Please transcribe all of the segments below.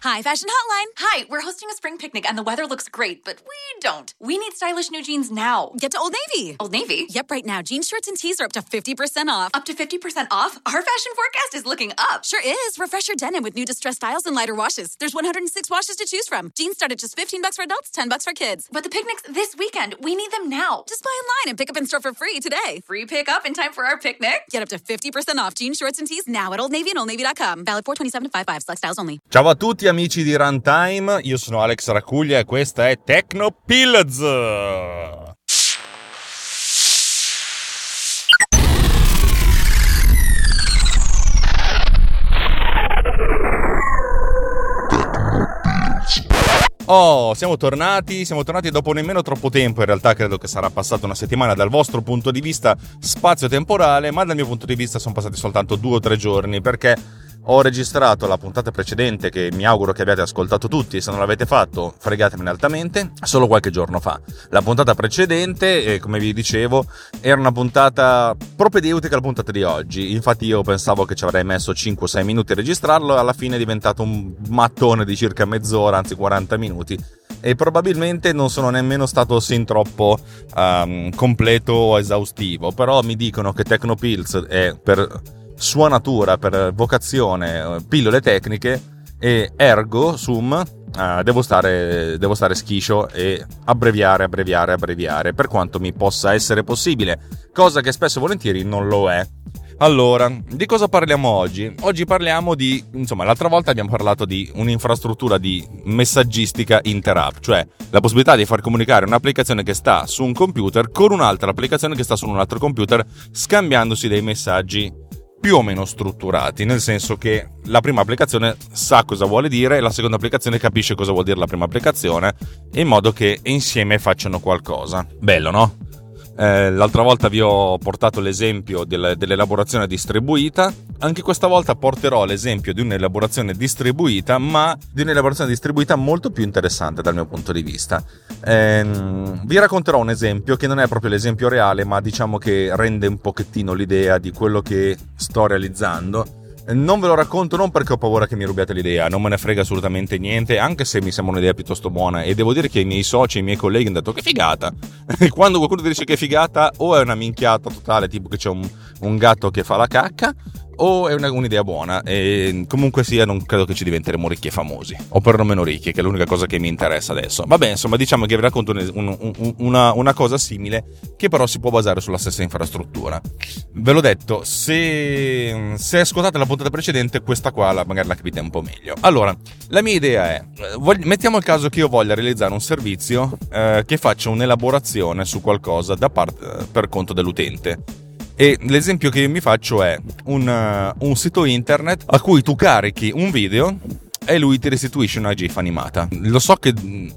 Hi, Fashion Hotline. Hi, we're hosting a spring picnic and the weather looks great, but we don't. We need stylish new jeans now. Get to Old Navy. Old Navy? Yep, right now, jeans, shirts, and tees are up to 50% off. Up to 50% off? Our fashion forecast is looking up. Sure is. Refresh your denim with new distressed styles and lighter washes. There's 106 washes to choose from. Jeans start at just $15 for adults, $10 for kids. But the picnic's this weekend. We need them now. Just buy online and pick up in store for free today. Free pickup in time for our picnic? Get up to 50% off jeans, shorts, and tees now at Old Navy and OldNavy.com. Valid 4/27/55. Select styles only. Ciao a tutti amici di Runtime, io sono Alex Racuglia e questa è Tecnopills. Oh, siamo tornati dopo nemmeno troppo tempo, in realtà credo che sarà passata una settimana dal vostro punto di vista spazio-temporale, ma dal mio punto di vista sono passati soltanto 2 o 3 giorni, perché ho registrato la puntata precedente, che mi auguro che abbiate ascoltato tutti, se non l'avete fatto fregatemene altamente, solo qualche giorno fa. La puntata precedente, come vi dicevo, era una puntata propedeutica alla puntata di oggi, infatti io pensavo che ci avrei messo 5-6 minuti a registrarlo, alla fine è diventato un mattone di circa mezz'ora, anzi 40 minuti, e probabilmente non sono nemmeno stato sin troppo completo o esaustivo, però mi dicono che Tecnopills è per sua natura, per vocazione, pillole tecniche, e ergo sum devo stare schiscio e abbreviare per quanto mi possa essere possibile, cosa che spesso e volentieri non lo è. Allora, di cosa parliamo oggi? Oggi parliamo di, l'altra volta abbiamo parlato di un'infrastruttura di messaggistica inter-app, cioè la possibilità di far comunicare un'applicazione che sta su un computer con un'altra applicazione che sta su un altro computer, scambiandosi dei messaggi più o meno strutturati, nel senso che la prima applicazione sa cosa vuole dire e la seconda applicazione capisce cosa vuol dire la prima applicazione, in modo che insieme facciano qualcosa. Bello, no? L'altra volta vi ho portato l'esempio dell'elaborazione distribuita, anche questa volta porterò l'esempio di un'elaborazione distribuita, ma di un'elaborazione distribuita molto più interessante dal mio punto di vista. Vi racconterò un esempio che non è proprio l'esempio reale, ma diciamo che rende un pochettino l'idea di quello che sto realizzando. Non ve lo racconto non perché ho paura che mi rubiate l'idea, non me ne frega assolutamente niente, anche se mi sembra un'idea piuttosto buona, e devo dire che i miei soci, i miei colleghi hanno detto che figata. E quando qualcuno dice che è figata, o è una minchiata totale, tipo che c'è un gatto che fa la cacca, o è un'idea buona, e comunque sia non credo che ci diventeremo ricchi e famosi, o perlomeno ricchi, che è l'unica cosa che mi interessa adesso. Vabbè, insomma, diciamo che vi racconto una cosa simile, che però si può basare sulla stessa infrastruttura. Ve l'ho detto, se ascoltate la puntata precedente, questa qua magari la capite un po' meglio. Allora, la mia idea è, mettiamo il caso che io voglia realizzare un servizio che faccia un'elaborazione su qualcosa per conto dell'utente. E l'esempio che io mi faccio è un sito internet a cui tu carichi un video e lui ti restituisce una GIF animata. Lo so che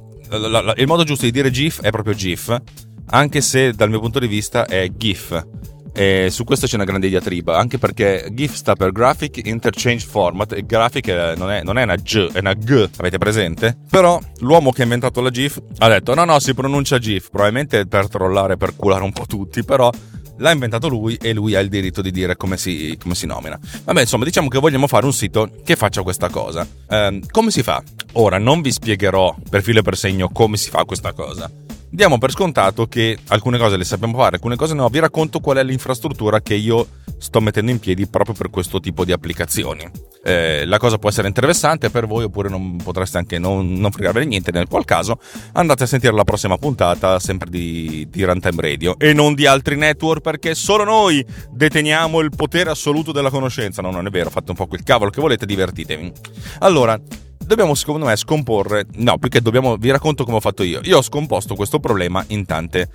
il modo giusto di dire GIF è proprio GIF, anche se dal mio punto di vista è GIF. E su questo c'è una grande diatriba, anche perché GIF sta per Graphic Interchange Format, e Graphic non è una G, è una G, avete presente? Però l'uomo che ha inventato la GIF ha detto no, si pronuncia GIF, probabilmente per trollare, per culare un po' tutti, però l'ha inventato lui e lui ha il diritto di dire come si nomina. Vabbè, insomma, diciamo che vogliamo fare un sito che faccia questa cosa. Come si fa? Ora, non vi spiegherò per filo e per segno come si fa questa cosa. Diamo per scontato che alcune cose le sappiamo fare, alcune cose no. Vi racconto qual è l'infrastruttura che io sto mettendo in piedi proprio per questo tipo di applicazioni. La cosa può essere interessante per voi, oppure non potreste anche non fregarvene niente, nel qual caso andate a sentire la prossima puntata sempre di Runtime Radio e non di altri network, perché solo noi deteniamo il potere assoluto della conoscenza. No, non è vero, fate un po' quel cavolo che volete, divertitevi. Allora, dobbiamo secondo me scomporre, no, perché vi racconto come ho fatto io. Io ho scomposto questo problema in tante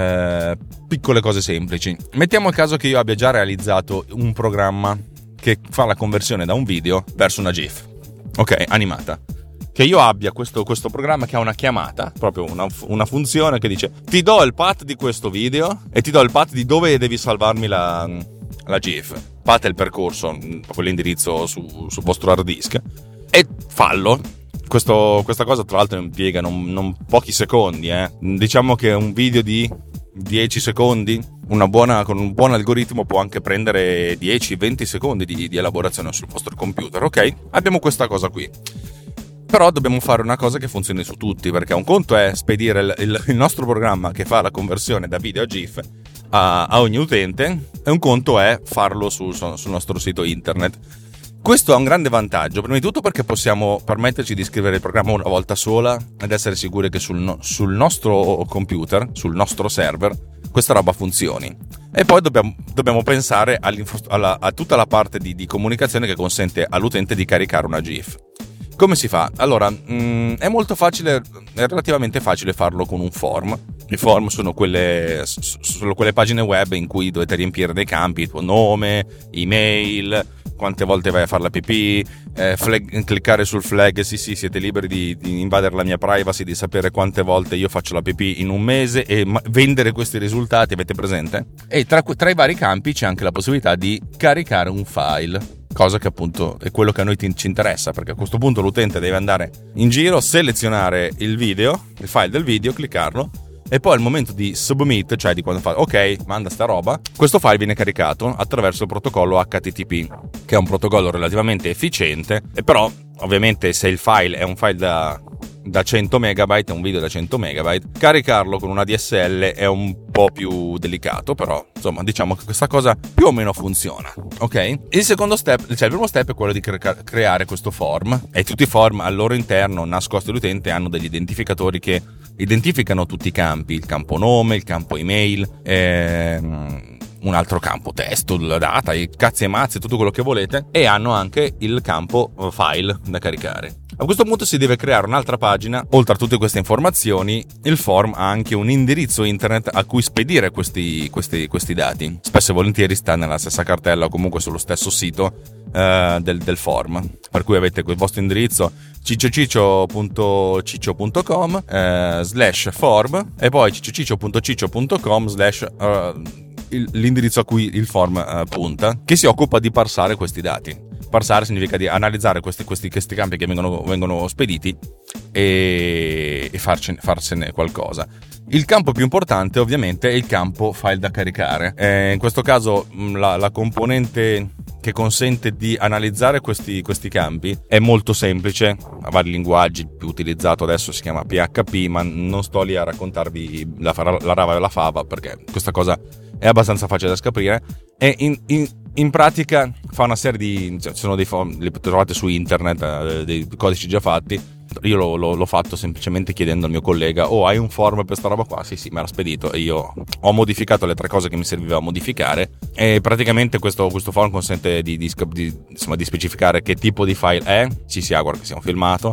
piccole cose semplici. Mettiamo il caso che io abbia già realizzato un programma che fa la conversione da un video verso una GIF, ok, animata. Che io abbia questo programma che ha una chiamata, proprio una funzione che dice: ti do il path di questo video e ti do il path di dove devi salvarmi la GIF. Path è il percorso, proprio l'indirizzo sul vostro hard disk, e fallo. Questa cosa tra l'altro impiega non pochi secondi, Diciamo che un video di 10 secondi, con un buon algoritmo può anche prendere 10-20 secondi di elaborazione sul vostro computer, ok? Abbiamo questa cosa qui. Però dobbiamo fare una cosa che funzioni su tutti, perché un conto è spedire il nostro programma che fa la conversione da video a GIF a ogni utente, e un conto è farlo sul nostro sito internet. Questo ha un grande vantaggio, prima di tutto perché possiamo permetterci di scrivere il programma una volta sola ed essere sicuri che sul nostro computer, sul nostro server, questa roba funzioni. E poi dobbiamo pensare a tutta la parte di comunicazione che consente all'utente di caricare una GIF. Come si fa? Allora, è molto facile, è relativamente facile farlo con un form. I form sono quelle pagine web in cui dovete riempire dei campi, il tuo nome, email, quante volte vai a fare la pipì, cliccare sul flag, sì, siete liberi di invadere la mia privacy, di sapere quante volte io faccio la pipì in un mese e vendere questi risultati, avete presente? E tra i vari campi c'è anche la possibilità di caricare un file, cosa che appunto è quello che a noi ci interessa, perché a questo punto l'utente deve andare in giro, selezionare il file del video, cliccarlo, e poi al momento di submit, cioè di quando fa ok, manda sta roba, questo file viene caricato attraverso il protocollo HTTP, che è un protocollo relativamente efficiente, e però ovviamente se il file è un file da 100 megabyte, è un video da 100 megabyte, caricarlo con una DSL è un po' più delicato, però insomma diciamo che questa cosa più o meno funziona, ok? Il primo step è quello di creare questo form, e tutti i form al loro interno, nascosti all'utente, hanno degli identificatori che identificano tutti i campi, il campo nome, il campo email, un altro campo testo, la data, i cazzi e mazzi, tutto quello che volete, e hanno anche il campo file da caricare. A questo punto si deve creare un'altra pagina. Oltre a tutte queste informazioni, il form ha anche un indirizzo internet a cui spedire questi dati. Spesso e volentieri sta nella stessa cartella o comunque sullo stesso sito del form, per cui avete il vostro indirizzo cicciociccio.ciccio.com /form e poi cicciociccio.ciccio.com l'indirizzo a cui il form punta, che si occupa di parsare questi dati. Parsare significa di analizzare questi campi che vengono spediti e farsene qualcosa. Il campo più importante ovviamente è il campo file da caricare. In questo caso la componente che consente di analizzare questi campi è molto semplice, ha vari linguaggi, il più utilizzato adesso si chiama PHP, ma non sto lì a raccontarvi la rava e la fava, perché questa cosa è abbastanza facile da scoprire. E in pratica fa una serie di, ci sono dei form, li trovate su internet, dei codici già fatti. Io l'ho fatto semplicemente chiedendo al mio collega: hai un form per sta roba qua? Sì, me l'ha spedito, e io ho modificato le 3 cose che mi serviva modificare, e praticamente questo form consente di specificare che tipo di file è, ci si augura che sia un filmato,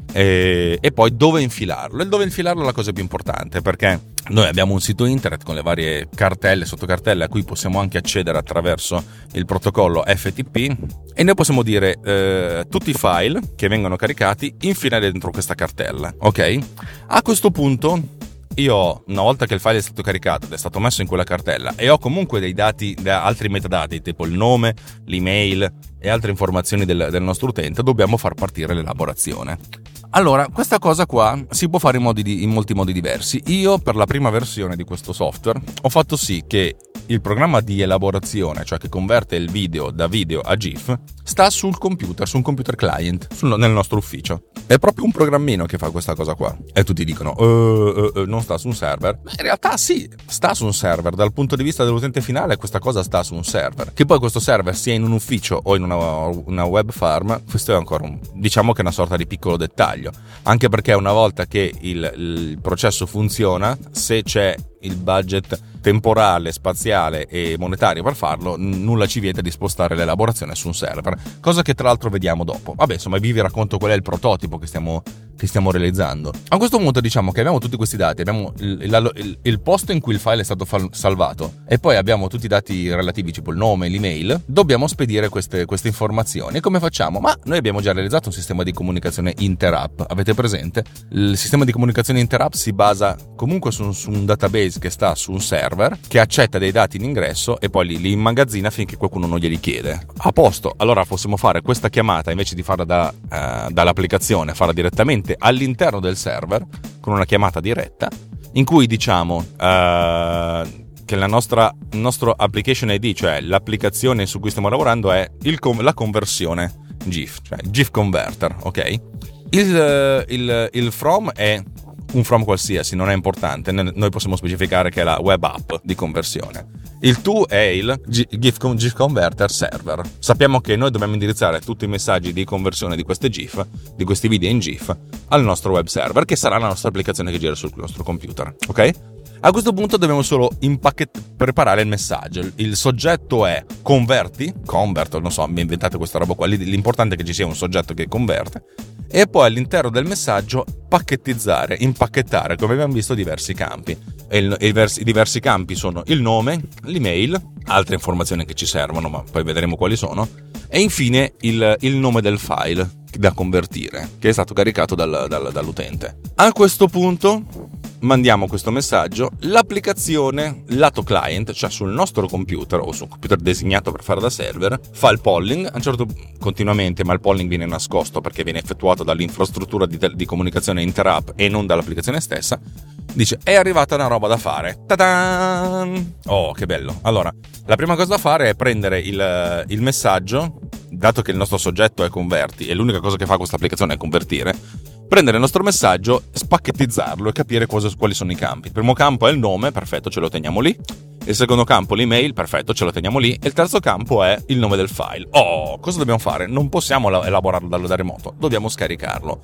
e poi dove infilarlo. E dove infilarlo è la cosa più importante, perché noi abbiamo un sito internet con le varie cartelle, sottocartelle, a cui possiamo anche accedere attraverso il protocollo FTP, e noi possiamo dire tutti i file che vengono caricati infilare dentro questa cartella, ok? A questo punto io, una volta che il file è stato caricato ed è stato messo in quella cartella, e ho comunque dei dati, altri metadati, tipo il nome, l'email e altre informazioni del nostro utente, dobbiamo far partire l'elaborazione. Allora, questa cosa qua si può fare in molti modi diversi. Io, per la prima versione di questo software, ho fatto sì che il programma di elaborazione, cioè che converte il video da video a GIF, sta su un computer client, nel nostro ufficio. È proprio un programmino che fa questa cosa qua. E tutti dicono, non sta su un server? Ma in realtà sì, sta su un server. Dal punto di vista dell'utente finale, questa cosa sta su un server. Che poi questo server sia in un ufficio o in una web farm, questo è ancora diciamo che è una sorta di piccolo dettaglio. Anche perché una volta che il processo funziona, se c'è il budget temporale, spaziale e monetario per farlo, nulla ci vieta di spostare l'elaborazione su un server, cosa che tra l'altro vediamo dopo. Vabbè, insomma, vi racconto qual è il prototipo che stiamo realizzando. A questo punto diciamo che abbiamo tutti questi dati, abbiamo il posto in cui il file è stato salvato, e poi abbiamo tutti i dati relativi, tipo il nome, l'email. Dobbiamo spedire queste informazioni. E come facciamo? Ma noi abbiamo già realizzato un sistema di comunicazione inter-app, avete presente? Il sistema di comunicazione inter-app si basa comunque su un database che sta su un server, che accetta dei dati in ingresso e poi li immagazzina finché qualcuno non glieli chiede. A posto, allora possiamo fare questa chiamata, invece di farla dall'applicazione, farla direttamente all'interno del server con una chiamata diretta, in cui diciamo che il nostro application ID, cioè l'applicazione su cui stiamo lavorando, è la conversione GIF, cioè GIF converter, ok? Il from è un from qualsiasi, non è importante, noi possiamo specificare che è la web app di conversione. Il to è il GIF Converter Server. Sappiamo che noi dobbiamo indirizzare tutti i messaggi di conversione di queste GIF, di questi video in GIF, al nostro web server, che sarà la nostra applicazione che gira sul nostro computer, ok? A questo punto dobbiamo solo preparare il messaggio. Il soggetto è convert, non so, mi inventate questa roba qua. L'importante è che ci sia un soggetto che converte. E poi all'interno del messaggio impacchettare, come abbiamo visto, diversi campi. I diversi campi sono il nome, l'email, altre informazioni che ci servono, ma poi vedremo quali sono. E infine il nome del file da convertire, che è stato caricato dall'utente. A questo punto mandiamo questo messaggio, l'applicazione lato client, cioè sul nostro computer o su un computer designato per fare da server, fa il polling continuamente, ma il polling viene nascosto perché viene effettuato dall'infrastruttura di comunicazione inter-app e non dall'applicazione stessa. Dice: è arrivata una roba da fare. Ta-dan! Oh, che bello. Allora, la prima cosa da fare è prendere il messaggio, dato che il nostro soggetto è converti e l'unica cosa che fa questa applicazione è convertire. Prendere il nostro messaggio, spacchettizzarlo e capire quali sono i campi. Il primo campo è il nome, perfetto, ce lo teniamo lì. Il secondo campo l'email, perfetto, ce lo teniamo lì. E il terzo campo è il nome del file. Oh, cosa dobbiamo fare? Non possiamo elaborarlo da remoto, dobbiamo scaricarlo.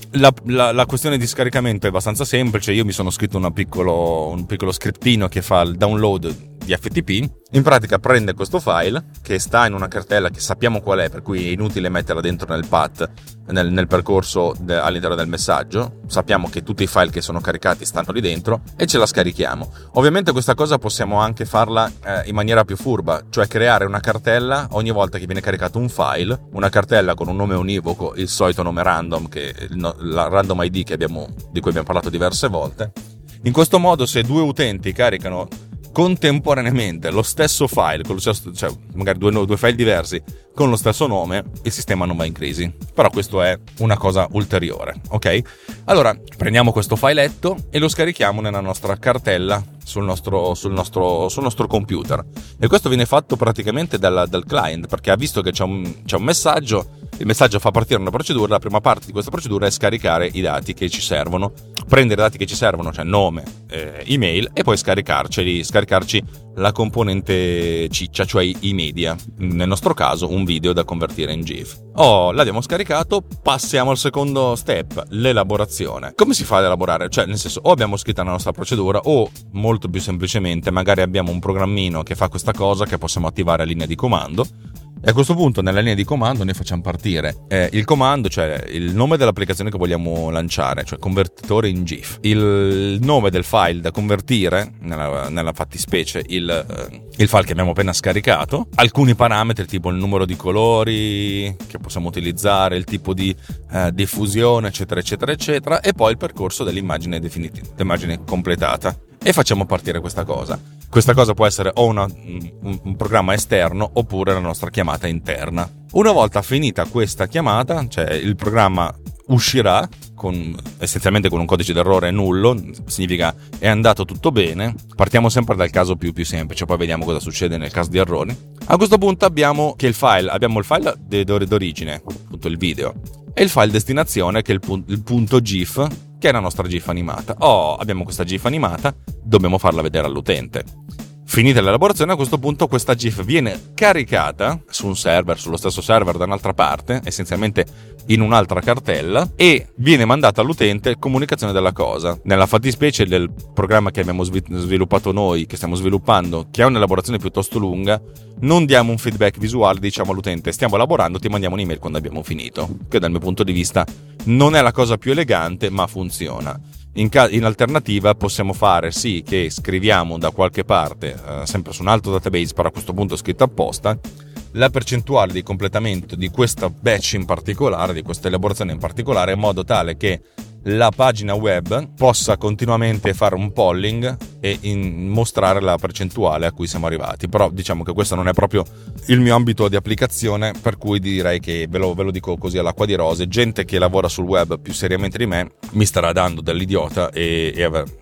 La questione di scaricamento è abbastanza semplice. Io mi sono scritto un piccolo scriptino che fa il download di FTP. In pratica prende questo file che sta in una cartella che sappiamo qual è, per cui è inutile metterla dentro nel path, nel percorso all'interno del messaggio. Sappiamo che tutti i file che sono caricati stanno lì dentro e ce la scarichiamo. Ovviamente questa cosa possiamo anche farla in maniera più furba, cioè creare una cartella ogni volta che viene caricato un file, una cartella con un nome univoco, il solito nome random, la random ID di cui abbiamo parlato diverse volte. In questo modo, se due utenti caricano contemporaneamente lo stesso file, cioè magari due file diversi con lo stesso nome, il sistema non va in crisi. Però questo è una cosa ulteriore, ok? Allora prendiamo questo filetto e lo scarichiamo nella nostra cartella sul nostro computer, e questo viene fatto praticamente dal client, perché ha visto che c'è un messaggio. Il messaggio fa partire una procedura. La prima parte di questa procedura è scaricare i dati che ci servono, prendere i dati che ci servono, cioè nome, email, e poi scaricarci la componente ciccia, cioè i media, nel nostro caso un video da convertire in GIF. L'abbiamo scaricato, passiamo al secondo step, l'elaborazione. Come si fa ad elaborare? Cioè, nel senso, o abbiamo scritto la nostra procedura, o molto più semplicemente magari abbiamo un programmino che fa questa cosa, che possiamo attivare a linea di comando. E a questo punto nella linea di comando noi facciamo partire il comando, cioè il nome dell'applicazione che vogliamo lanciare, cioè convertitore in GIF, il nome del file da convertire, nella fattispecie il file che abbiamo appena scaricato, alcuni parametri tipo il numero di colori che possiamo utilizzare, il tipo di diffusione, eccetera eccetera eccetera, e poi il percorso dell'immagine l'immagine completata, e facciamo partire questa cosa. Questa cosa può essere o un programma esterno oppure la nostra chiamata interna. Una volta finita questa chiamata, cioè il programma uscirà essenzialmente con un codice d'errore nullo, significa è andato tutto bene. Partiamo sempre dal caso più semplice, poi vediamo cosa succede nel caso di errori. A questo punto abbiamo il file d'origine, appunto il video, e il file destinazione che è il punto GIF, che è la nostra GIF animata. Abbiamo questa GIF animata, dobbiamo farla vedere all'utente. Finita l'elaborazione, a questo punto questa GIF viene caricata su un server, sullo stesso server da un'altra parte, essenzialmente in un'altra cartella, e viene mandata all'utente comunicazione della cosa. Nella fattispecie del programma che abbiamo sviluppato noi, che stiamo sviluppando, che ha un'elaborazione piuttosto lunga, non diamo un feedback visuale, diciamo all'utente stiamo elaborando, ti mandiamo un'email quando abbiamo finito, che dal mio punto di vista non è la cosa più elegante, ma funziona. In alternativa possiamo fare sì che scriviamo da qualche parte, sempre su un altro database, però a questo punto scritto apposta, la percentuale di completamento di questa batch in particolare, di questa elaborazione in particolare, in modo tale che la pagina web possa continuamente fare un polling e mostrare la percentuale a cui siamo arrivati. Però diciamo che questo non è proprio il mio ambito di applicazione, per cui direi che ve lo dico così all'acqua di rose. Gente che lavora sul web più seriamente di me mi starà dando dell'idiota e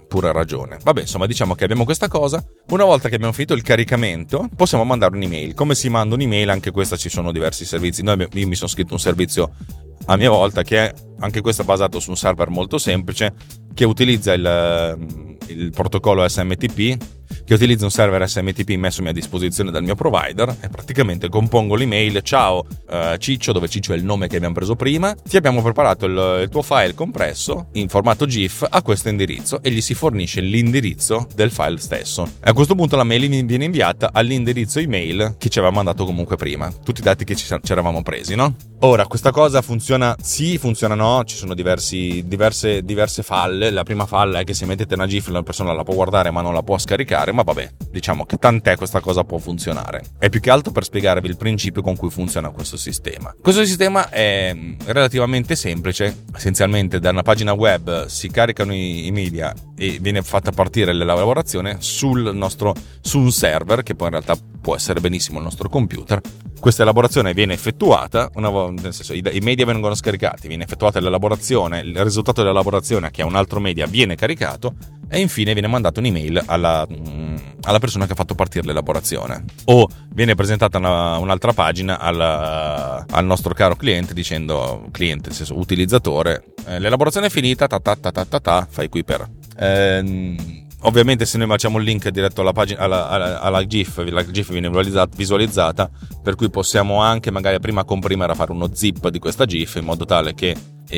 pure ragione. Vabbè, insomma, diciamo che abbiamo questa cosa. Una volta che abbiamo finito il caricamento, possiamo mandare un'email. Come si manda un'email? Anche questa ci sono diversi servizi. Io mi sono scritto un servizio a mia volta, che è anche questo basato su un server molto semplice, che utilizza il protocollo SMTP, che utilizza un server SMTP messomi a disposizione dal mio provider, e praticamente compongo l'email: ciao Ciccio, dove Ciccio è il nome che abbiamo preso prima, ti abbiamo preparato il tuo file compresso in formato GIF a questo indirizzo, e gli si fornisce l'indirizzo del file stesso. E a questo punto la mail viene inviata all'indirizzo email che ci aveva mandato comunque prima, tutti i dati che ci eravamo presi, no? Ora, questa cosa funziona sì, funziona no, ci sono diverse falle. La prima falla è che se mettete una GIF la persona la può guardare ma non la può scaricare, ma vabbè, diciamo che tant'è, questa cosa può funzionare. È più che altro per spiegarvi il principio con cui funziona questo sistema. Questo sistema è relativamente semplice. Essenzialmente da una pagina web si caricano i media e viene fatta partire l'elaborazione su un server, che poi in realtà può essere benissimo il nostro computer. Questa elaborazione viene effettuata, nel senso, i media vengono scaricati, viene effettuata l'elaborazione, il risultato dell'elaborazione, che è un altro media, viene caricato, e infine viene mandata un'email alla persona che ha fatto partire l'elaborazione, o viene presentata un'altra pagina al nostro caro cliente dicendo, cliente nel senso utilizzatore, l'elaborazione è finita, fai qui per. Ovviamente se noi facciamo il link diretto alla pagina, alla GIF, la GIF viene visualizzata, per cui possiamo anche magari prima comprimere a fare uno zip di questa GIF in modo tale che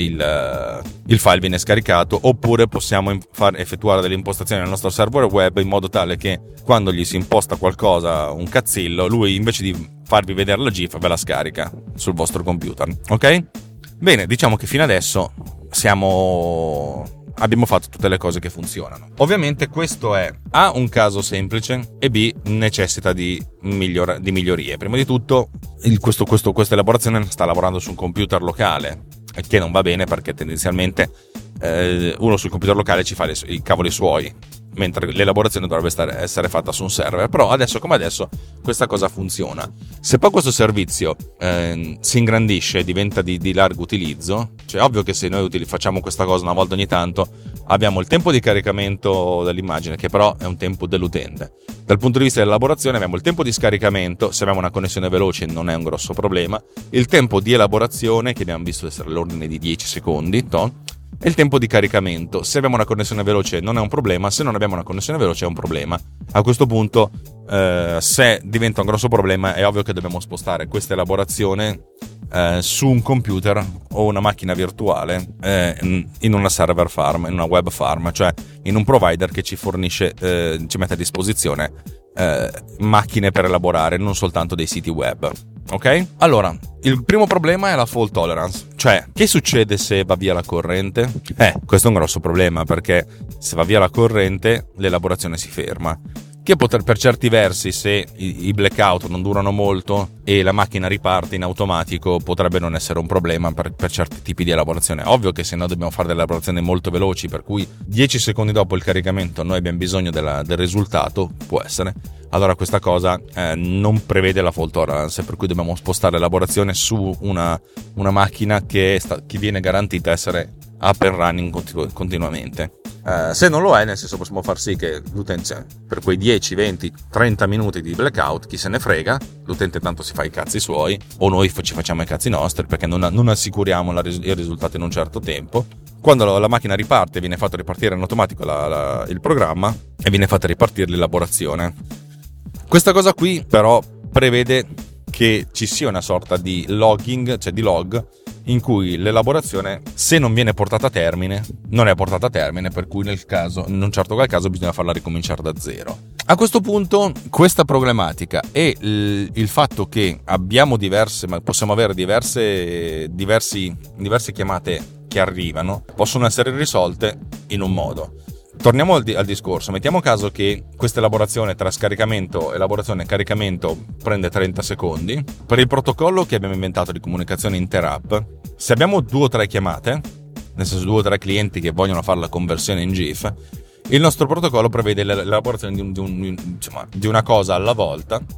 il file viene scaricato, oppure possiamo effettuare delle impostazioni nel nostro server web in modo tale che quando gli si imposta qualcosa, un cazzillo, lui invece di farvi vedere la GIF ve la scarica sul vostro computer, ok? Bene, diciamo che fino adesso abbiamo fatto tutte le cose che funzionano. Ovviamente questo è A, un caso semplice, e B, necessita di migliorie. Prima di tutto questa elaborazione sta lavorando su un computer locale, che non va bene perché tendenzialmente uno sul computer locale ci fa i cavoli suoi, mentre l'elaborazione dovrebbe essere fatta su un server. Però adesso come adesso questa cosa funziona. Se poi questo servizio si ingrandisce e diventa di largo utilizzo, cioè ovvio che se noi facciamo questa cosa una volta ogni tanto, abbiamo il tempo di caricamento dell'immagine, che però è un tempo dell'utente. Dal punto di vista dell'elaborazione abbiamo il tempo di scaricamento, se abbiamo una connessione veloce non è un grosso problema, il tempo di elaborazione, che abbiamo visto essere l'ordine di 10 secondi, e il tempo di caricamento. Se abbiamo una connessione veloce non è un problema, se non abbiamo una connessione veloce è un problema. A questo punto, se diventa un grosso problema, è ovvio che dobbiamo spostare questa elaborazione su un computer o una macchina virtuale, in una server farm, in una web farm, cioè in un provider che ci fornisce, ci mette a disposizione macchine per elaborare, non soltanto dei siti web. Ok? Allora, il primo problema è la fault tolerance, cioè che succede se va via la corrente? Questo è un grosso problema, perché se va via la corrente l'elaborazione si ferma, che per certi versi, se i blackout non durano molto e la macchina riparte in automatico, potrebbe non essere un problema per certi tipi di elaborazione. Ovvio che se no dobbiamo fare delle elaborazioni molto veloci, per cui 10 secondi dopo il caricamento noi abbiamo bisogno del risultato, può essere. Allora questa cosa non prevede la fault tolerance, per cui dobbiamo spostare l'elaborazione su una macchina che viene garantita essere up and running continuamente. Se non lo è, nel senso, possiamo far sì che l'utente, per quei 10, 20, 30 minuti di blackout, chi se ne frega, l'utente tanto si fa i cazzi suoi, o noi ci facciamo i cazzi nostri, perché non assicuriamo il risultato in un certo tempo. Quando la macchina riparte, viene fatto ripartire in automatico il programma e viene fatta ripartire l'elaborazione. Questa cosa qui però prevede che ci sia una sorta di logging, cioè di log, in cui l'elaborazione, se non viene portata a termine, non è portata a termine, per cui in un certo qual caso bisogna farla ricominciare da zero. A questo punto questa problematica e il fatto che possiamo avere diverse chiamate che arrivano, possono essere risolte in un modo. Torniamo al discorso, mettiamo caso che questa elaborazione tra elaborazione e caricamento prende 30 secondi. Per il protocollo che abbiamo inventato di comunicazione interapp, se abbiamo 2 o 3 chiamate, nel senso 2 o 3 clienti che vogliono fare la conversione in GIF, il nostro protocollo prevede l'elaborazione di una cosa alla volta,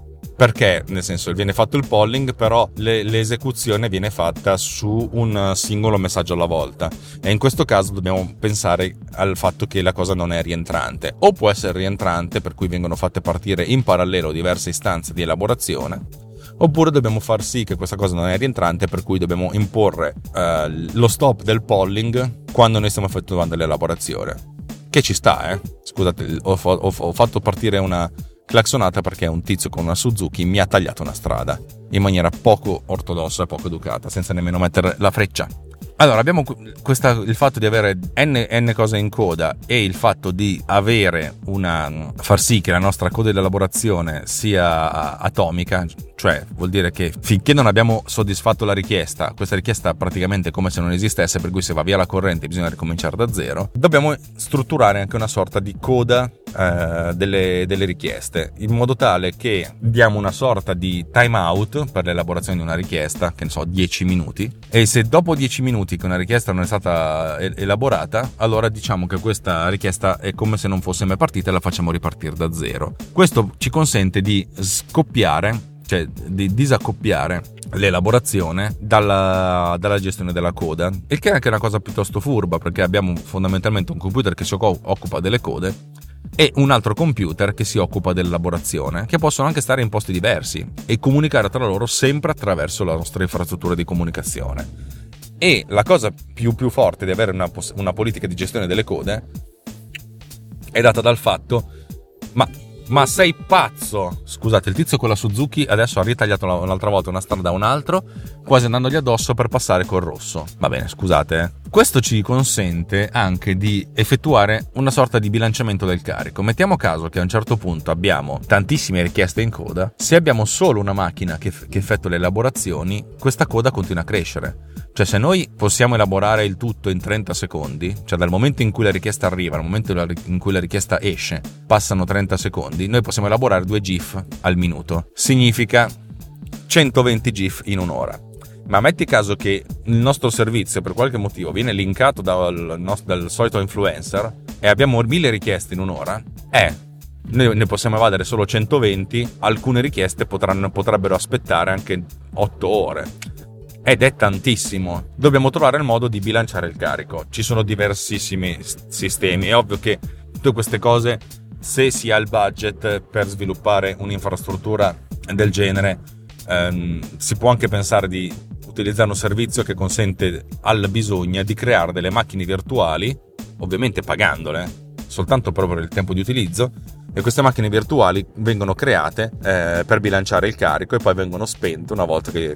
Perché, nel senso, viene fatto il polling, però l'esecuzione viene fatta su un singolo messaggio alla volta, e in questo caso dobbiamo pensare al fatto che la cosa non è rientrante, o può essere rientrante, per cui vengono fatte partire in parallelo diverse istanze di elaborazione, oppure dobbiamo far sì che questa cosa non è rientrante, per cui dobbiamo imporre lo stop del polling quando noi stiamo effettuando l'elaborazione, che ci sta, Scusate, ho fatto partire una claxonata perché un tizio con una Suzuki mi ha tagliato una strada in maniera poco ortodossa e poco educata, senza nemmeno mettere la freccia. Allora, abbiamo il fatto di avere n cose in coda, e il fatto di avere far sì che la nostra coda di elaborazione sia atomica, cioè vuol dire che finché non abbiamo soddisfatto la richiesta, questa richiesta è praticamente come se non esistesse, per cui se va via la corrente bisogna ricominciare da zero. Dobbiamo strutturare anche una sorta di coda delle richieste, in modo tale che diamo una sorta di time out per l'elaborazione di una richiesta, che ne so, 10 minuti, e se dopo 10 minuti che una richiesta non è stata elaborata, allora diciamo che questa richiesta è come se non fosse mai partita e la facciamo ripartire da zero. Questo ci consente di scoppiare, cioè di disaccoppiare l'elaborazione dalla gestione della coda, il che è anche una cosa piuttosto furba, perché abbiamo fondamentalmente un computer che si occupa delle code e un altro computer che si occupa dell'elaborazione, che possono anche stare in posti diversi e comunicare tra loro sempre attraverso la nostra infrastruttura di comunicazione. E la cosa più forte di avere una politica di gestione delle code è data dal fatto ma sei pazzo? Scusate, il tizio con la Suzuki adesso ha ritagliato un'altra volta una strada a un altro, quasi andandogli addosso per passare col rosso. Va bene, scusate. Questo ci consente anche di effettuare una sorta di bilanciamento del carico. Mettiamo caso che a un certo punto abbiamo tantissime richieste in coda. Se abbiamo solo una macchina che effettua le elaborazioni, questa coda continua a crescere. Cioè, se noi possiamo elaborare il tutto in 30 secondi, cioè dal momento in cui la richiesta arriva al momento in cui la richiesta esce, passano 30 secondi, noi possiamo elaborare 2 GIF al minuto. Significa 120 GIF in un'ora. Ma metti caso che il nostro servizio per qualche motivo viene linkato dal solito influencer e abbiamo 1000 richieste in un'ora, noi ne possiamo evadere solo 120, alcune richieste potrebbero aspettare anche 8 ore. Ed è tantissimo. Dobbiamo trovare il modo di bilanciare il carico. Ci sono diversissimi sistemi. È ovvio che tutte queste cose, se si ha il budget per sviluppare un'infrastruttura del genere, si può anche pensare di utilizzare un servizio che consente al bisogna di creare delle macchine virtuali, ovviamente pagandole, soltanto proprio per il tempo di utilizzo, e queste macchine virtuali vengono create per bilanciare il carico e poi vengono spente una volta che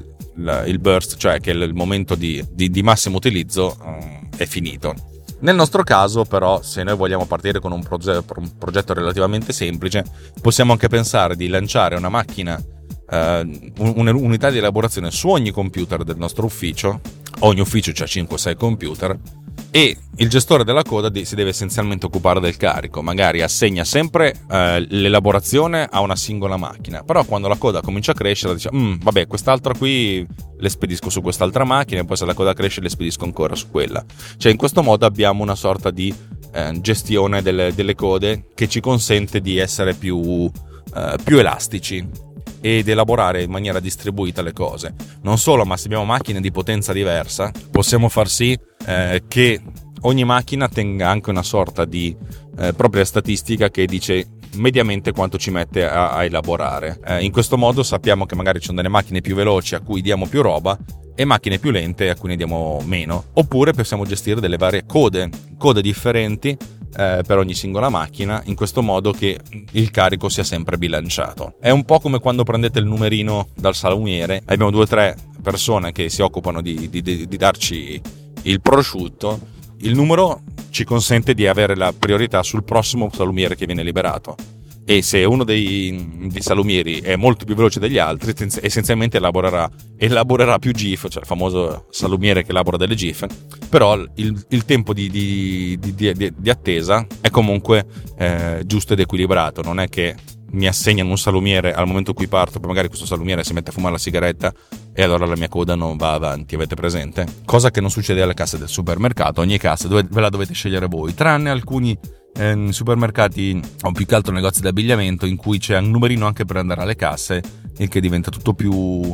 il burst, cioè che il momento di massimo utilizzo è finito. Nel nostro caso, però, se noi vogliamo partire con un progetto relativamente semplice, possiamo anche pensare di lanciare una macchina, un'unità di elaborazione su ogni computer del nostro ufficio. Ogni ufficio c'ha 5-6 computer, e il gestore della coda si deve essenzialmente occupare del carico. Magari assegna sempre l'elaborazione a una singola macchina, però quando la coda comincia a crescere dice vabbè, quest'altra qui le spedisco su quest'altra macchina, e poi se la coda cresce le spedisco ancora su quella. Cioè, in questo modo abbiamo una sorta di gestione delle code che ci consente di essere più elastici ed elaborare in maniera distribuita le cose. Non solo, ma se abbiamo macchine di potenza diversa, possiamo far sì che ogni macchina tenga anche una sorta di propria statistica che dice mediamente quanto ci mette a elaborare. In questo modo sappiamo che magari ci sono delle macchine più veloci a cui diamo più roba e macchine più lente a cui ne diamo meno. Oppure possiamo gestire delle varie code differenti per ogni singola macchina, in questo modo che il carico sia sempre bilanciato. È un po' come quando prendete il numerino dal salumiere, abbiamo 2 o 3 persone che si occupano di darci il prosciutto. Il numero ci consente di avere la priorità sul prossimo salumiere che viene liberato, e se uno dei salumieri è molto più veloce degli altri, essenzialmente elaborerà più GIF, cioè il famoso salumiere che elabora delle GIF, però il tempo di attesa è comunque giusto ed equilibrato. Non è che mi assegnano un salumiere al momento in cui parto, poi magari questo salumiere si mette a fumare la sigaretta e allora la mia coda non va avanti. Avete presente? Cosa che non succede alle casse del supermercato. Ogni cassa ve la dovete scegliere voi, tranne alcuni supermercati o più che altro negozi di abbigliamento in cui c'è un numerino anche per andare alle casse, il che diventa tutto più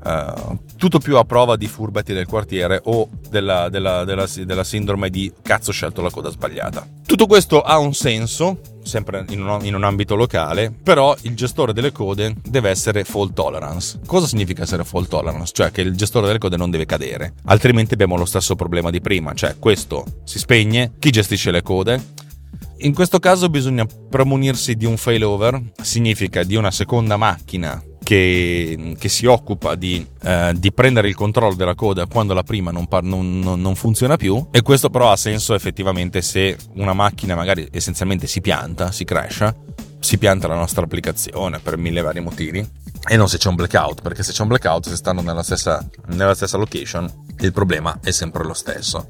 a prova di furbetti del quartiere o della sindrome di cazzo, ho scelto la coda sbagliata. Tutto questo ha un senso sempre in un ambito locale, però il gestore delle code deve essere fault tolerance. Cosa significa essere fault tolerance? Cioè che il gestore delle code non deve cadere, altrimenti abbiamo lo stesso problema di prima, cioè questo si spegne, chi gestisce le code? In questo caso bisogna premunirsi di un failover, significa di una seconda macchina che si occupa di prendere il controllo della coda quando la prima non funziona più, e questo però ha senso effettivamente se una macchina magari essenzialmente si pianta, si crasha, si pianta la nostra applicazione per 1000 vari motivi, e non se c'è un blackout, perché se c'è un blackout, se stanno nella stessa location, il problema è sempre lo stesso.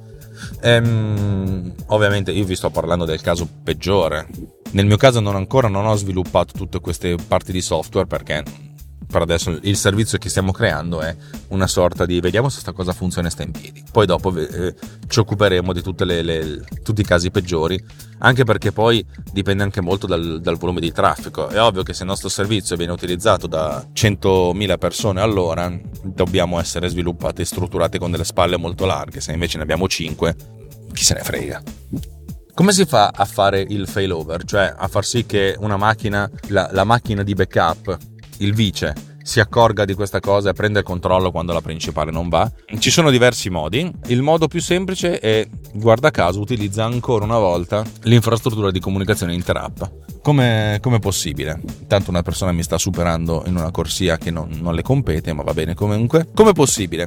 Ovviamente io vi sto parlando del caso peggiore. Nel mio caso non ho sviluppato tutte queste parti di software, perché per adesso il servizio che stiamo creando è una sorta di vediamo se sta cosa funziona e sta in piedi, poi dopo ci occuperemo di tutti i casi peggiori, anche perché poi dipende anche molto dal volume di traffico. È ovvio che se il nostro servizio viene utilizzato da 100.000 persone all'ora, dobbiamo essere sviluppati e strutturati con delle spalle molto larghe. Se invece ne abbiamo 5, chi se ne frega. Come si fa a fare il failover? Cioè a far sì che una macchina, la macchina di backup, il vice, si accorga di questa cosa e prende il controllo quando la principale non va? Ci sono diversi modi. Il modo più semplice è, guarda caso, utilizza ancora una volta l'infrastruttura di comunicazione interapp. Come possibile? Intanto una persona mi sta superando in una corsia che non le compete, ma va bene comunque. Come possibile?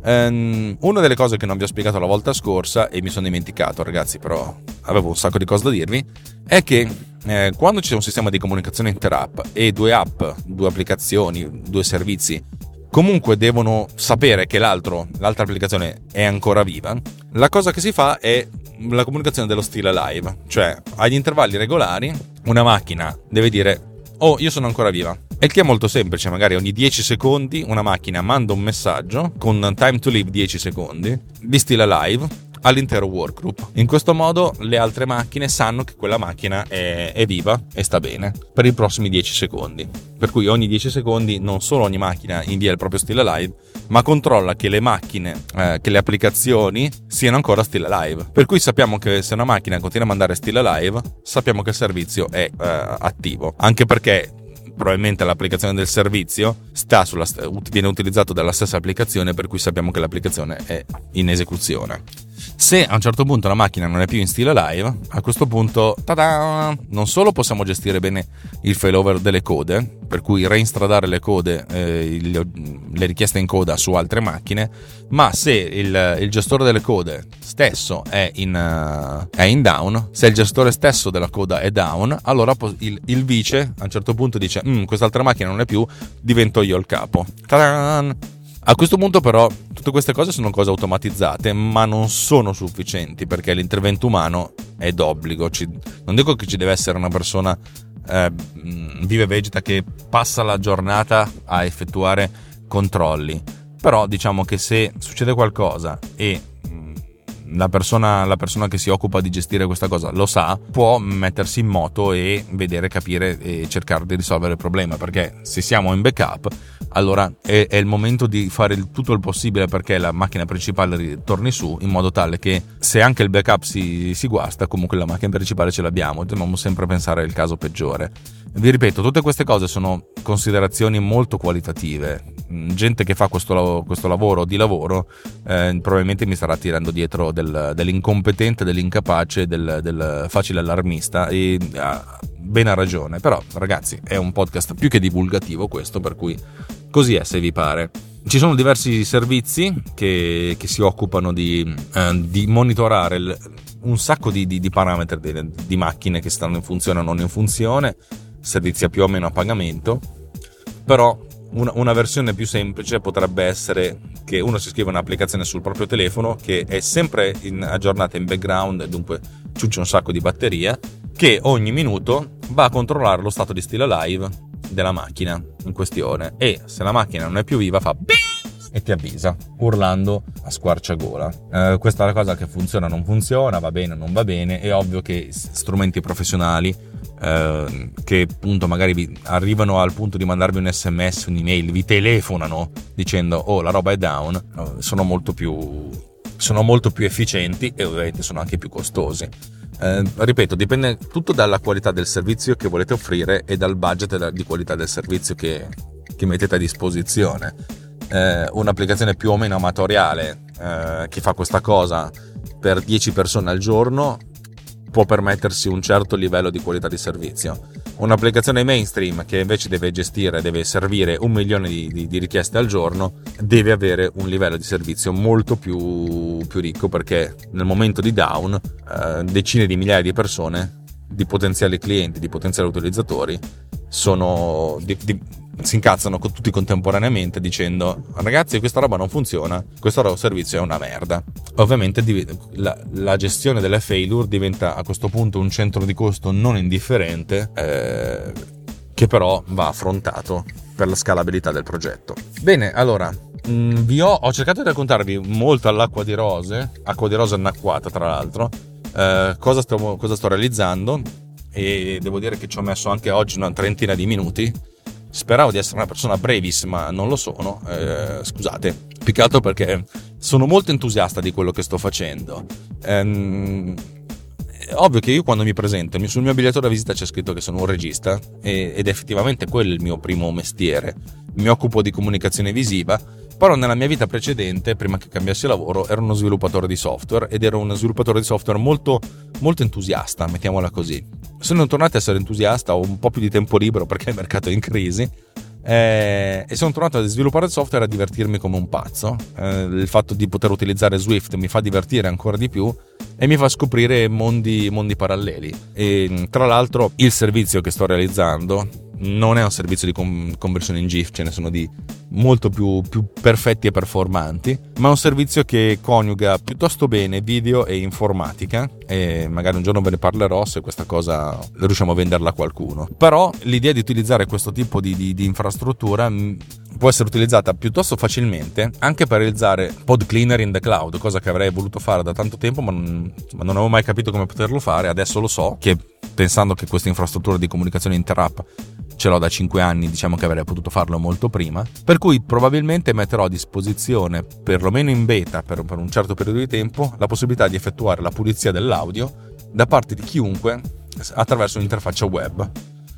Una delle cose che non vi ho spiegato la volta scorsa, e mi sono dimenticato, ragazzi, però avevo un sacco di cose da dirvi, è che quando c'è un sistema di comunicazione interapp e due app, due applicazioni, due servizi comunque devono sapere che l'altra applicazione è ancora viva, la cosa che si fa è la comunicazione dello stile live, cioè agli intervalli regolari una macchina deve dire oh, io sono ancora viva, e il che è molto semplice. Magari ogni 10 secondi una macchina manda un messaggio con time to live 10 secondi di stile live all'intero workgroup. In questo modo le altre macchine sanno che quella macchina è viva e sta bene per i prossimi 10 secondi. Per cui ogni 10 secondi non solo ogni macchina invia il proprio stile live, ma controlla che le macchine, che le applicazioni siano ancora stile live. Per cui sappiamo che se una macchina continua a mandare stile live, sappiamo che il servizio è attivo. Anche perché probabilmente l'applicazione del servizio viene utilizzato dalla stessa applicazione, per cui sappiamo che l'applicazione è in esecuzione. Se a un certo punto la macchina non è più in stile live, a questo punto non solo possiamo gestire bene il failover delle code, per cui reinstradare le code, le richieste in coda su altre macchine, ma se il gestore delle code stesso è in down, se il gestore stesso della coda è down, allora il vice a un certo punto dice quest'altra macchina non è più, divento io il capo. Ta-da! A questo punto però tutte queste cose sono cose automatizzate, ma non sono sufficienti, perché l'intervento umano è d'obbligo. Non dico che ci deve essere una persona vive vegeta che passa la giornata a effettuare controlli, però diciamo che se succede qualcosa e la persona che si occupa di gestire questa cosa lo sa, può mettersi in moto e vedere, capire e cercare di risolvere il problema, perché se siamo in backup allora è il momento di fare tutto il possibile perché la macchina principale torni su, in modo tale che se anche il backup si guasta, comunque la macchina principale ce l'abbiamo. Dobbiamo sempre pensare al caso peggiore. Vi ripeto, tutte queste cose sono considerazioni molto qualitative. Gente che fa questo lavoro probabilmente mi starà tirando dietro dell'incompetente, dell'incapace, del facile allarmista, e ben ha ragione. Però ragazzi, è un podcast più che divulgativo questo, per cui così è, se vi pare. Ci sono diversi servizi che si occupano di monitorare un sacco di parametri di macchine che stanno in funzione o non in funzione, servizi più o meno a pagamento. Però una versione più semplice potrebbe essere che uno si scrive un'applicazione sul proprio telefono che è sempre aggiornata in background, e dunque ciuccia un sacco di batteria, che ogni minuto va a controllare lo stato di stile live della macchina in questione, e se la macchina non è più viva fa e ti avvisa urlando a squarciagola. Questa è la cosa che funziona, non funziona, va bene, non va bene. È ovvio che strumenti professionali che appunto magari arrivano al punto di mandarvi un SMS, un'email, vi telefonano dicendo oh la roba è down, sono molto più efficienti e ovviamente sono anche più costosi. Ripeto, dipende tutto dalla qualità del servizio che volete offrire e dal budget di qualità del servizio che mettete a disposizione. Un'applicazione più o meno amatoriale che fa questa cosa per 10 persone al giorno può permettersi un certo livello di qualità di servizio. Un'applicazione mainstream che invece deve servire 1 milione di richieste al giorno deve avere un livello di servizio molto più ricco, perché nel momento di down decine di migliaia di persone, di potenziali clienti, di potenziali utilizzatori si incazzano tutti contemporaneamente dicendo ragazzi questa roba non funziona, questo servizio è una merda. Ovviamente la gestione delle failure diventa a questo punto un centro di costo non indifferente, che però va affrontato per la scalabilità del progetto. Bene, allora ho cercato di raccontarvi molto all'acqua di rose annacquata tra l'altro, cosa sto realizzando, e devo dire che ci ho messo anche oggi una trentina di minuti. Speravo di essere una persona brevis, ma non lo sono, scusate, più che altro perché sono molto entusiasta di quello che sto facendo. Ovvio che io quando mi presento sul mio biglietto da visita c'è scritto che sono un regista, ed effettivamente quello è il mio primo mestiere. Mi occupo di comunicazione visiva, però nella mia vita precedente, prima che cambiassi lavoro, ero uno sviluppatore di software, ed ero uno sviluppatore di software molto, molto entusiasta, mettiamola così. Sono tornato a essere entusiasta, ho un po' più di tempo libero perché il mercato è in crisi, e sono tornato a sviluppare il software e a divertirmi come un pazzo. Il fatto di poter utilizzare Swift mi fa divertire ancora di più e mi fa scoprire mondi paralleli. E tra l'altro il servizio che sto realizzando non è un servizio di conversione in GIF, ce ne sono di molto più perfetti e performanti, ma è un servizio che coniuga piuttosto bene video e informatica, e magari un giorno ve ne parlerò se questa cosa riusciamo a venderla a qualcuno. Però l'idea di utilizzare questo tipo di infrastruttura può essere utilizzata piuttosto facilmente anche per realizzare pod cleaner in the cloud, cosa che avrei voluto fare da tanto tempo, ma non avevo mai capito come poterlo fare. Adesso lo so, che pensando che questa infrastruttura di comunicazione inter-app ce l'ho da 5 anni, diciamo che avrei potuto farlo molto prima, per cui probabilmente metterò a disposizione, perlomeno in beta per un certo periodo di tempo, la possibilità di effettuare la pulizia dell'audio da parte di chiunque attraverso un'interfaccia web.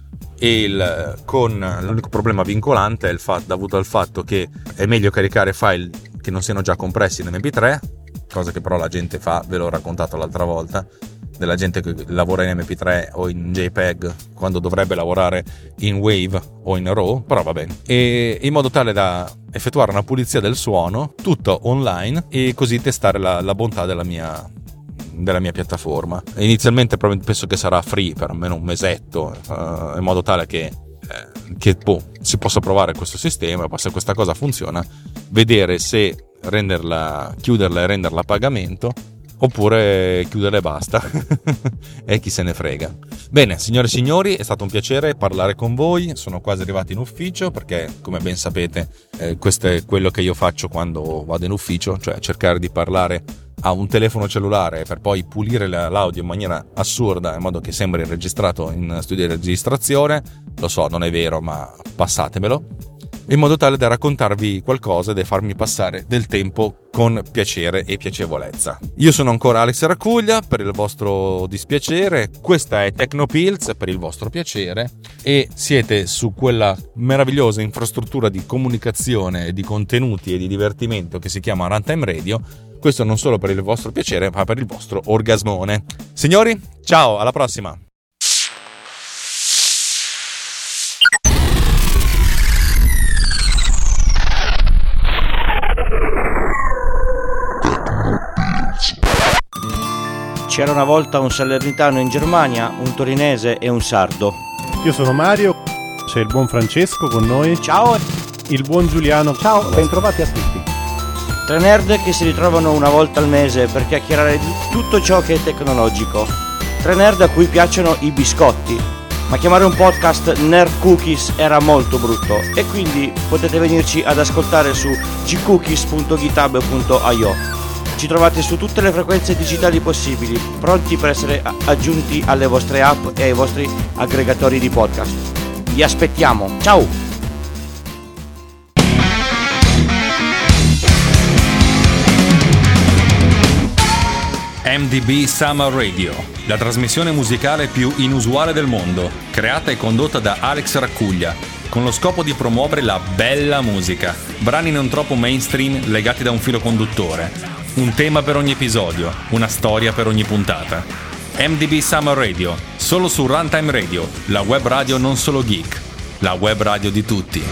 Con l'unico problema vincolante è dovuto al fatto che è meglio caricare file che non siano già compressi in MP3, cosa che però la gente fa, ve l'ho raccontato l'altra volta, della gente che lavora in MP3 o in JPEG quando dovrebbe lavorare in WAV o in RAW, però va bene, e in modo tale da effettuare una pulizia del suono tutto online e così testare la bontà della mia piattaforma. Inizialmente penso che sarà free per almeno un mesetto, in modo tale che si possa provare questo sistema, poi se questa cosa funziona vedere se chiuderla e renderla a pagamento, oppure chiudere e basta e chi se ne frega. Bene, signore e signori, è stato un piacere parlare con voi. Sono quasi arrivato in ufficio perché, come ben sapete, questo è quello che io faccio quando vado in ufficio, cioè cercare di parlare a un telefono cellulare per poi pulire l'audio in maniera assurda in modo che sembri registrato in studio di registrazione. Lo so, non è vero, ma passatemelo, in modo tale da raccontarvi qualcosa e da farmi passare del tempo con piacere e piacevolezza. Io sono ancora Alex Racuglia, per il vostro dispiacere, questa è Tecnopills per il vostro piacere, e siete su quella meravigliosa infrastruttura di comunicazione, di contenuti e di divertimento che si chiama Runtime Radio. Questo non solo per il vostro piacere, ma per il vostro orgasmone. Signori, ciao, alla prossima! C'era una volta un salernitano in Germania, un torinese e un sardo. Io sono Mario, c'è il buon Francesco con noi. Ciao! Il buon Giuliano. Ciao, bentrovati a tutti. Tre nerd che si ritrovano una volta al mese per chiacchierare di tutto ciò che è tecnologico. Tre nerd a cui piacciono i biscotti, ma chiamare un podcast Nerd Cookies era molto brutto e quindi potete venirci ad ascoltare su gcookies.github.io. Ci trovate su tutte le frequenze digitali possibili, pronti per essere aggiunti alle vostre app e ai vostri aggregatori di podcast. Vi aspettiamo, ciao! MDB Summer Radio, la trasmissione musicale più inusuale del mondo, creata e condotta da Alex Raccuglia, con lo scopo di promuovere la bella musica, brani non troppo mainstream legati da un filo conduttore, un tema per ogni episodio, una storia per ogni puntata. MDB Summer Radio, solo su Runtime Radio, la web radio non solo geek, la web radio di tutti.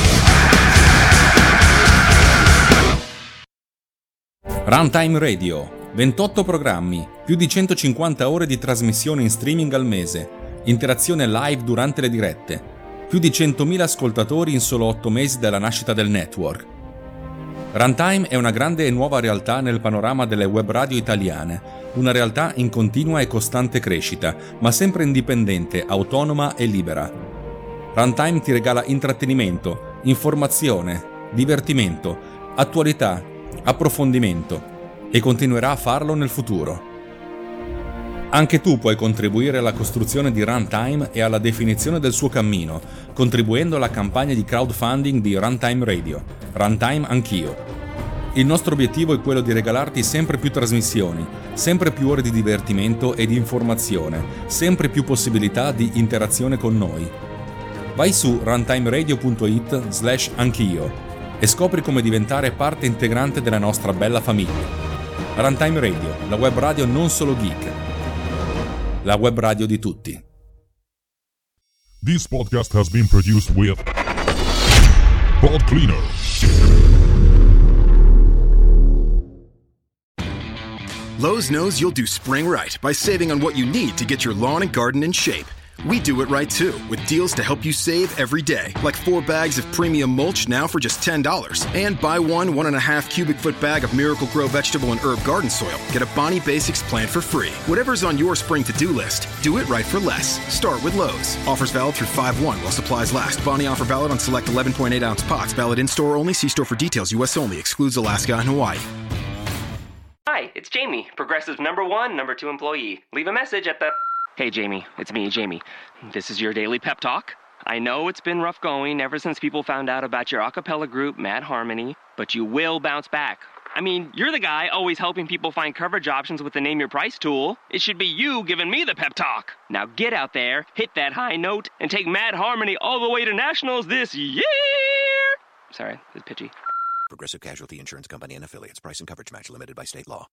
Runtime Radio, 28 programmi, più di 150 ore di trasmissione in streaming al mese, interazione live durante le dirette, più di 100.000 ascoltatori in solo 8 mesi dalla nascita del network. Runtime è una grande e nuova realtà nel panorama delle web radio italiane, una realtà in continua e costante crescita, ma sempre indipendente, autonoma e libera. Runtime ti regala intrattenimento, informazione, divertimento, attualità, approfondimento e continuerà a farlo nel futuro. Anche tu puoi contribuire alla costruzione di Runtime e alla definizione del suo cammino, contribuendo alla campagna di crowdfunding di Runtime Radio, Runtime Anch'io. Il nostro obiettivo è quello di regalarti sempre più trasmissioni, sempre più ore di divertimento e di informazione, sempre più possibilità di interazione con noi. Vai su runtimeradio.it/anch'io e scopri come diventare parte integrante della nostra bella famiglia. Runtime Radio, la web radio non solo geek, la web radio di tutti. This podcast has been produced with Pod Cleaner. Lowe's knows you'll do spring right by saving on what you need to get your lawn and garden in shape. We do it right too, with deals to help you save every day, like 4 bags of premium mulch now for just $10. And buy 1.5 cubic foot bag of Miracle-Gro vegetable and herb garden soil. Get a Bonnie Basics plant for free. Whatever's on your spring to-do list, do it right for less. Start with Lowe's. Offers valid through 5/1 while supplies last. Bonnie offer valid on select 11.8-ounce pots. Valid in-store only. See store for details. U.S. only. Excludes Alaska and Hawaii. Hi, it's Jamie, Progressive number 1, number 2 employee. Leave a message at the... Hey, Jamie, it's me, Jamie. This is your daily pep talk. I know it's been rough going ever since people found out about your a cappella group, Mad Harmony, but you will bounce back. I mean, you're the guy always helping people find coverage options with the Name Your Price tool. It should be you giving me the pep talk. Now get out there, hit that high note, and take Mad Harmony all the way to nationals this year! Sorry, it's pitchy. Progressive Casualty Insurance Company and Affiliates. Price and coverage match limited by state law.